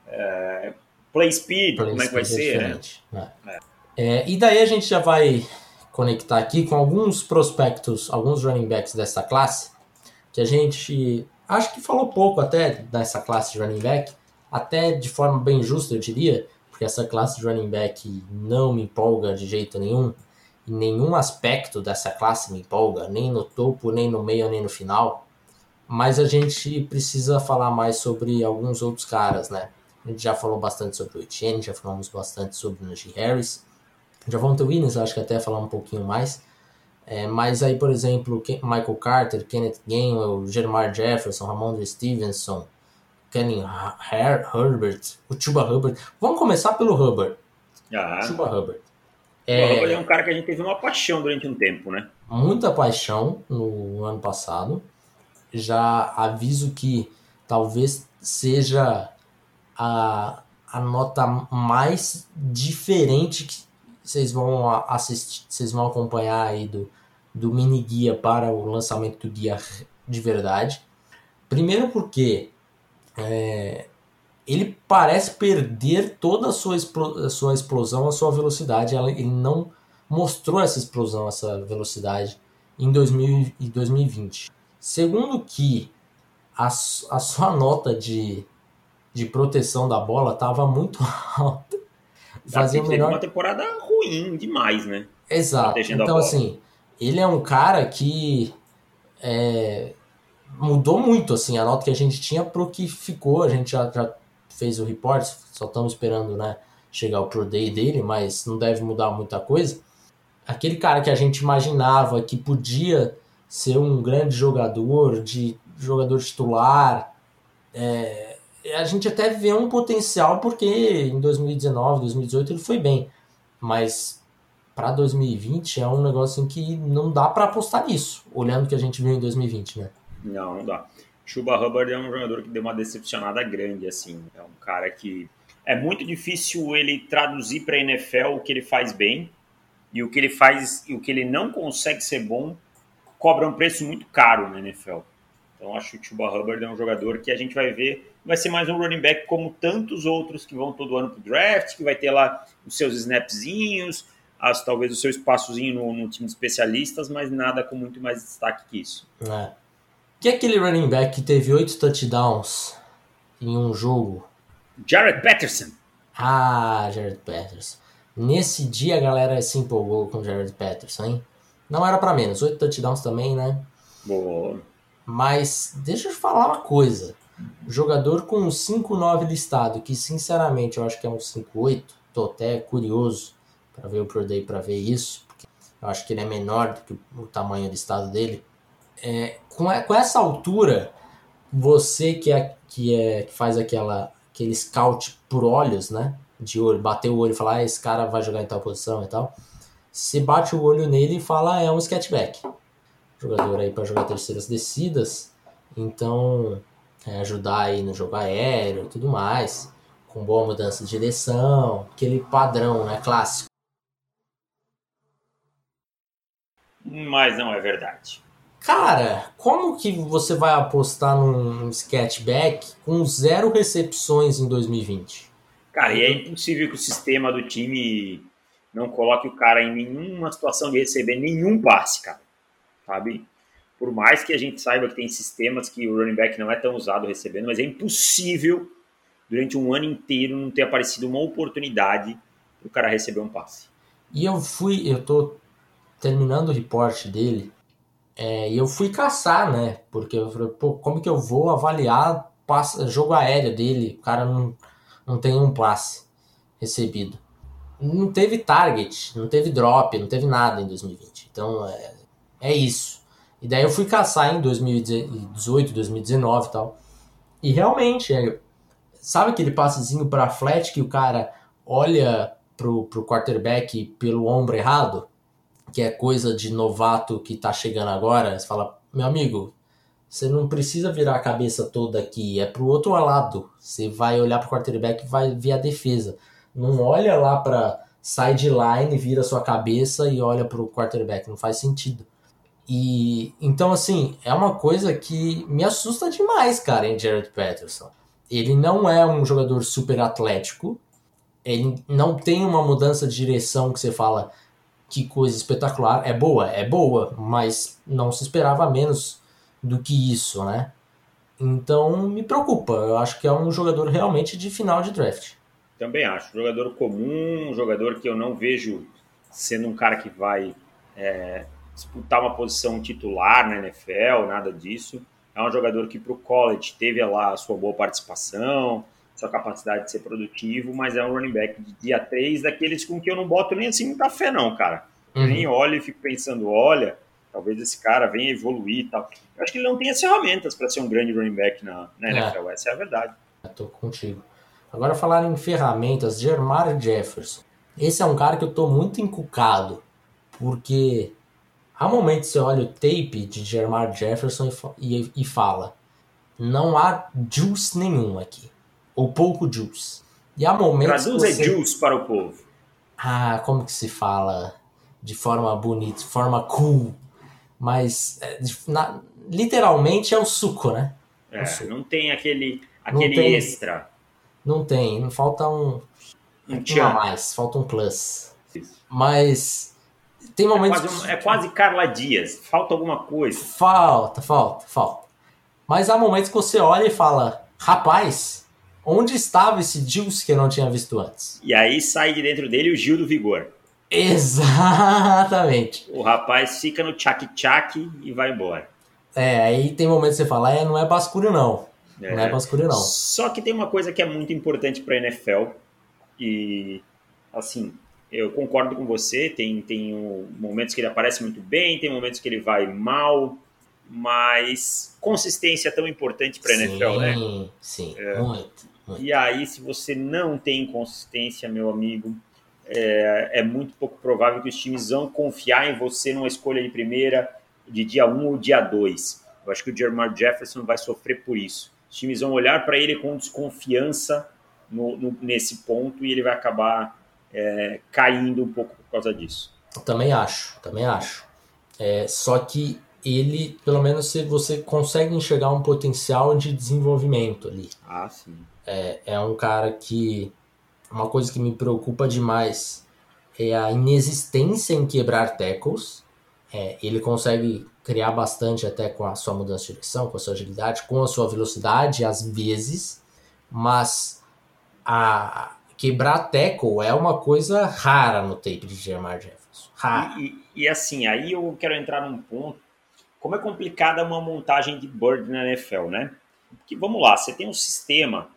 é, play speed, play como é que vai ser? É né? é. É, e daí a gente já vai conectar aqui com alguns prospectos, alguns running backs dessa classe, que a gente acho que falou pouco até dessa classe de running back, até de forma bem justa, eu diria, porque essa classe de running back não me empolga de jeito nenhum, e nenhum aspecto dessa classe me empolga, nem no topo, nem no meio, nem no final, mas a gente precisa falar mais sobre alguns outros caras, né? A gente já falou bastante sobre o Etienne, já falamos bastante sobre o Najee Harris, já vamos ter o Williams, acho que até falar um pouquinho mais, é, mas aí, por exemplo, Michael Carter, Kenneth Gainwell, Jermar Jefferson, Ramondre Stevenson, Kenny Herbert, o Chuba Hubbard. Vamos começar pelo Hubbard. Ah. Chuba Hubbard. É... O Hubbard é um cara que a gente teve uma paixão durante um tempo, né? Muita paixão no ano passado. Já aviso que talvez seja a, a nota mais diferente que vocês vão assistir, vocês vão acompanhar aí do, do mini guia para o lançamento do guia de verdade. Primeiro porque é, ele parece perder toda a sua, explo, a sua explosão, a sua velocidade. Ele não mostrou essa explosão, essa velocidade em dois mil e vinte. Segundo que a, a sua nota de, de proteção da bola estava muito alta. Fazia o melhor... uma temporada ruim demais, né? Exato. Então, assim, ele é um cara que é, mudou muito, assim, a nota que a gente tinha pro que ficou. A gente já, já fez o report, só estamos esperando, né, chegar o Pro Day dele, mas não deve mudar muita coisa. Aquele cara que a gente imaginava que podia ser um grande jogador, de jogador titular, é, a gente até vê um potencial, porque em dois mil e dezenove, dois mil e dezoito ele foi bem, mas para dois mil e vinte é um negócio em que não dá para apostar nisso, olhando o que a gente viu em dois mil e vinte, né? Não, não dá. Chuba Hubbard é um jogador que deu uma decepcionada grande, assim, é um cara que é muito difícil ele traduzir para a N F L o que ele faz bem, e o que ele faz, e o que ele não consegue ser bom, cobra um preço muito caro na N F L. Então acho que o Chuba Hubbard é um jogador que a gente vai ver, vai ser mais um running back como tantos outros que vão todo ano pro draft, que vai ter lá os seus snapzinhos, as, talvez o seu espaçozinho no, no time de especialistas, mas nada com muito mais destaque que isso. É. Que é aquele running back que teve oito touchdowns em um jogo? Jared Patterson. Ah, Jared Patterson. Nesse dia a galera se empolgou com o Jared Patterson, hein? Não era pra menos, oito touchdowns também, né? Boa. Mas deixa eu te falar uma coisa. Jogador com um cinco nove listado, que sinceramente eu acho que é um cinco oito, tô até curioso para ver o Pro Day para ver isso, porque eu acho que ele é menor do que o tamanho listado dele. É, com, a, com essa altura, você que, é, que, é, que faz aquela, aquele scout por olhos, né? De olho, bater o olho e falar, ah, esse cara vai jogar em tal posição e tal. Você bate o olho nele e fala, ah, é um sketchback. Jogador aí para jogar terceiras descidas, então é, ajudar aí no jogo aéreo e tudo mais, com boa mudança de direção, aquele padrão, né, clássico. Mas não é verdade. Cara, como que você vai apostar num sketchback com zero recepções em dois mil e vinte? Cara, e é impossível que o sistema do time não coloque o cara em nenhuma situação de receber nenhum passe, cara. Sabe? Por mais que a gente saiba que tem sistemas que o running back não é tão usado recebendo, mas é impossível durante um ano inteiro não ter aparecido uma oportunidade para o cara receber um passe. E eu fui, eu tô terminando o report dele, é, e eu fui caçar, né? Porque eu falei, pô, como que eu vou avaliar passe, jogo aéreo dele? O cara não, não tem um passe recebido. Não teve target, não teve drop, não teve nada em dois mil e vinte. Então, é, é isso. E daí eu fui caçar em dois mil e dezoito, dois mil e dezenove e tal. E realmente, é, sabe aquele passezinho para flat que o cara olha pro, pro quarterback pelo ombro errado? Que é coisa de novato que tá chegando agora. Você fala, meu amigo, você não precisa virar a cabeça toda aqui, é pro outro lado. Você vai olhar pro quarterback e vai ver a defesa. Não olha lá pra sideline, vira sua cabeça e olha pro quarterback. Não faz sentido. E então, assim, é uma coisa que me assusta demais, cara, em Jared Patterson. Ele não é um jogador super atlético. Ele não tem uma mudança de direção que você fala que coisa espetacular. É boa, é boa, mas não se esperava menos do que isso, né? Então me preocupa. Eu acho que é um jogador realmente de final de draft. Também acho. Jogador comum, um jogador que eu não vejo sendo um cara que vai é, disputar uma posição titular na N F L, nada disso. É um jogador que para o college teve lá a sua boa participação, sua capacidade de ser produtivo, mas é um running back de dia três, daqueles com que eu não boto nem assim muita fé não, cara. Eu uhum. nem olho e fico pensando, olha, talvez esse cara venha evoluir e tal. Eu acho que ele não tem as ferramentas para ser um grande running back na, na N F L, é. Essa é a verdade. Eu tô contigo. Agora falar em ferramentas, Jermar Jefferson. Esse é um cara que eu tô muito encucado, porque há momentos você olha o tape de Jermar Jefferson e, e, e fala, não há juice nenhum aqui. Ou pouco juice. E há momentos Traduz que você... é juice para o povo. Ah, como que se fala de forma bonita, de forma cool, mas é, de, na, literalmente é o suco, né? É o É, suco. não tem aquele, Não aquele tem, extra. não tem, não falta um, Um um a tchan. mais, falta um plus. Mas tem É momentos quase, um, que, é que quase Carla Dias. Falta alguma coisa. falta, falta, falta. Mas há momentos que você olha e fala, rapaz, onde estava esse Juice que eu não tinha visto antes? E aí sai de dentro dele o Gil do Vigor. Exatamente. O rapaz fica no tchac-tchac e vai embora. É, aí tem momentos que você fala, é, não é basculho não. É. Não é basculho não. Só que tem uma coisa que é muito importante para a N F L e, assim, eu concordo com você, tem, tem momentos que ele aparece muito bem, tem momentos que ele vai mal, mas consistência é tão importante para a N F L, né? Sim, sim, é. muito, muito. E aí, se você não tem consistência, meu amigo, é, é muito pouco provável que os times vão confiar em você numa escolha de primeira de dia um ou dia dois. Eu acho que o Jermar Jefferson vai sofrer por isso. Os times vão olhar para ele com desconfiança no, no, nesse ponto e ele vai acabar é, caindo um pouco por causa disso. Eu também acho, também acho. É, só que ele, pelo menos, se você consegue enxergar um potencial de desenvolvimento ali. Ah, sim. É, é um cara que... Uma coisa que me preocupa demais é a inexistência em quebrar tackles. É, ele consegue criar bastante até com a sua mudança de direção, com a sua agilidade, com a sua velocidade, às vezes, mas a quebrar tackle é uma coisa rara no tape de Jermar Jefferson. Rara. E, e, e assim, aí eu quero entrar num ponto, como é complicada uma montagem de Bird na N F L, né? Porque, vamos lá, você tem um sistema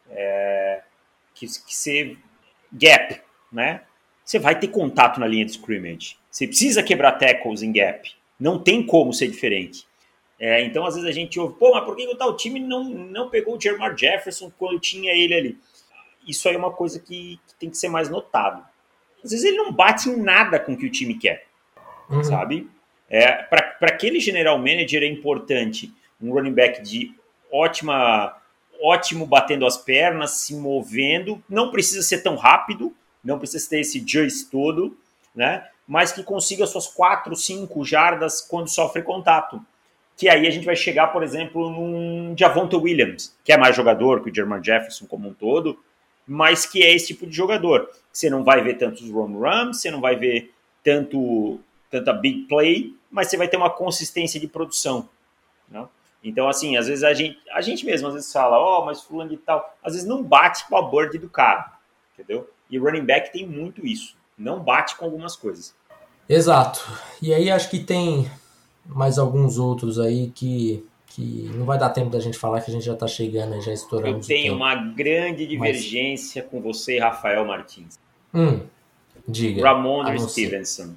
é, que, que você... gap, né? Você vai ter contato na linha de scrimmage. Você precisa quebrar tackles em gap. Não tem como ser diferente. É, então, às vezes a gente ouve, pô, mas por que o tal time não, não pegou o Jermar Jefferson quando tinha ele ali? Isso aí é uma coisa que, que tem que ser mais notado. Às vezes ele não bate em nada com o que o time quer, uhum. sabe? É, para aquele general manager é importante um running back de ótima, ótimo batendo as pernas, se movendo, não precisa ser tão rápido, não precisa ter esse juice todo, né? Mas que consiga suas quatro, cinco jardas quando sofre contato. Que aí a gente vai chegar, por exemplo, num Javonte Williams, que é mais jogador que o Jermar Jefferson como um todo, mas que é esse tipo de jogador. Você não vai ver tantos home runs, você não vai ver tanto, tanta big play, mas você vai ter uma consistência de produção. Né? Então, assim, às vezes a gente, a gente mesmo às vezes fala, ó, oh, mas fulano de tal, às vezes não bate com a bird do cara, entendeu? E o running back tem muito isso, não bate com algumas coisas. Exato. E aí acho que tem mais alguns outros aí que, que não vai dar tempo da gente falar, que a gente já está chegando, já estouramos. Eu tenho uma grande divergência Mas... com você, Rafael Martins. Hum, diga. Ramondre Stevenson.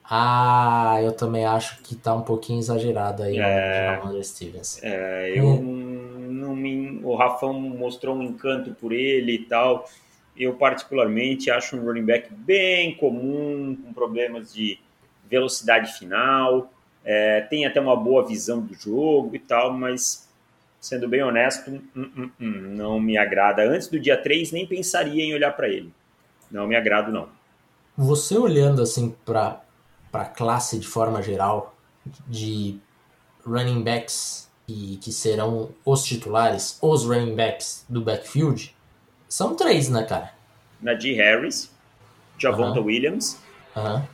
Ah, eu também acho que tá um pouquinho exagerado aí é, o Ramondre Stevenson. É, eu hum. não me, o Rafão mostrou um encanto por ele e tal. Eu particularmente acho um running back bem comum, com problemas de velocidade final. É, tem até uma boa visão do jogo e tal, mas, sendo bem honesto, hum, hum, hum, não me agrada. Antes do dia três, nem pensaria em olhar para ele. Não me agrada, não. Você olhando assim para a classe de forma geral, de running backs que, que serão os titulares, os running backs do backfield, são três, né, cara? Najee Harris, Javonte uh-huh. Williams uh-huh.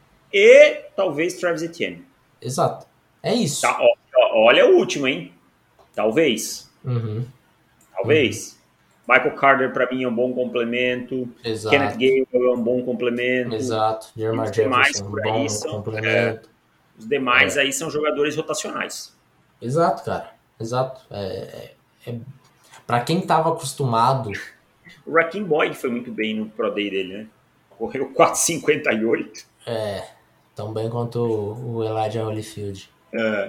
e talvez Travis Etienne. Exato. É isso. Tá, ó, ó, olha o último, hein? Talvez. Uhum. Talvez. Uhum. Michael Carter, para mim, é um bom complemento. Exato. Kenneth Gainwell é um bom complemento. Exato. Jermar Jefferson, um bom são, complemento. É, os demais é. aí são jogadores rotacionais. Exato, cara. Exato. É, é, é... Para quem estava acostumado... O Raheem Boyd foi muito bem no Pro Day dele, né? Correu quatro cinquenta e oito. É... Tão bem quanto o Elijah Holyfield. É.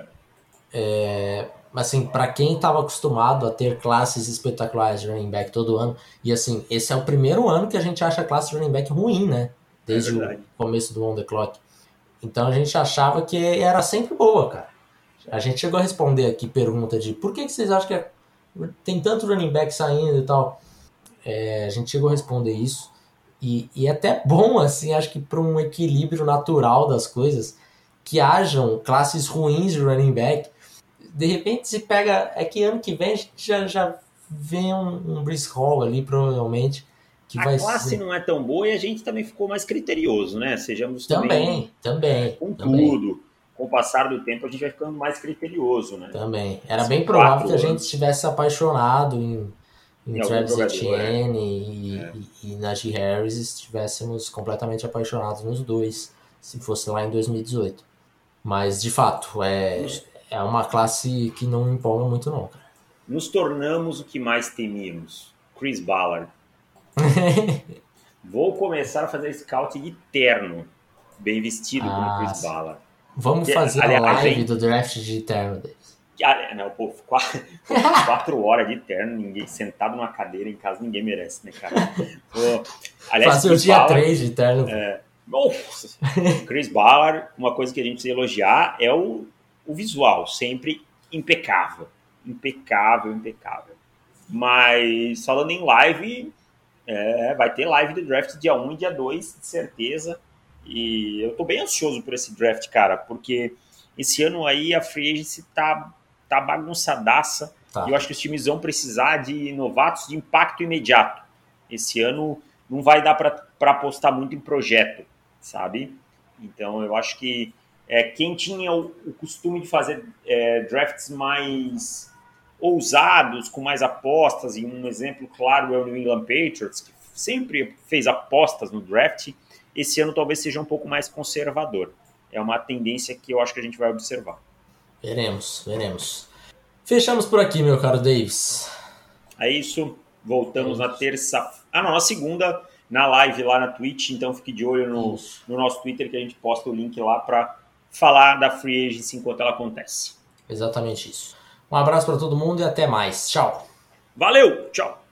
É, assim, para quem estava acostumado a ter classes espetaculares de running back todo ano, e assim, esse é o primeiro ano que a gente acha a classe de running back ruim, né? Desde é o começo do On The Clock. Então a gente achava que era sempre boa, cara. A gente chegou a responder aqui pergunta de por que, que vocês acham que é... tem tanto running back saindo e tal. é, a gente chegou a responder isso. E, e é até bom, assim, acho que para um equilíbrio natural das coisas, que hajam classes ruins de running back. De repente se pega... É que ano que vem a gente já, já vê um, um Breece Hall ali, provavelmente. Que a vai classe ser... não é tão boa e a gente também ficou mais criterioso, né? Sejamos também... Também, é, com também. tudo. Com o passar do tempo a gente vai ficando mais criterioso, né? Também. Era São bem provável que a anos. gente estivesse apaixonado em, em, em Travis jogador, Etienne é. e, É. e, e Najee Harris, estivéssemos completamente apaixonados nos dois, se fosse lá em dois mil e dezoito. Mas, de fato, é, Nos, é uma classe que não me empolga muito, não, cara. Nos tornamos o que mais temíamos. Chris Ballard. Vou começar a fazer scout de terno. Bem vestido ah, como Chris Ballard. Vamos que, fazer aliás, a live hein? do draft de terno deles. Ah, não, pô, quatro, quatro horas de terno, ninguém sentado numa cadeira em casa, ninguém merece, né, cara? Pô, aliás, fazer Chris o dia Ballard, três de terno. É, nossa, Chris Ballard, uma coisa que a gente precisa elogiar é o, o visual, sempre impecável. Impecável, impecável. Mas, falando em live, é, vai ter live do draft dia um e dia dois, de certeza. E eu tô bem ansioso por esse draft, cara, porque esse ano aí a free agency tá, tá bagunçadaça. Tá. E eu acho que os times vão precisar de novatos de impacto imediato. Esse ano não vai dar para apostar muito em projeto, sabe? Então eu acho que é, quem tinha o, o costume de fazer é, drafts mais ousados, com mais apostas, e um exemplo claro é o New England Patriots, que sempre fez apostas no draft, esse ano talvez seja um pouco mais conservador. É uma tendência que eu acho que a gente vai observar. Veremos, veremos. Fechamos por aqui, meu caro Davis. É isso. Voltamos é isso. na terça... Ah, não, na segunda, na live lá na Twitch. Então fique de olho no, no nosso Twitter, que a gente posta o link lá para falar da Free Agency enquanto ela acontece. Exatamente isso. Um abraço para todo mundo e até mais. Tchau. Valeu, tchau.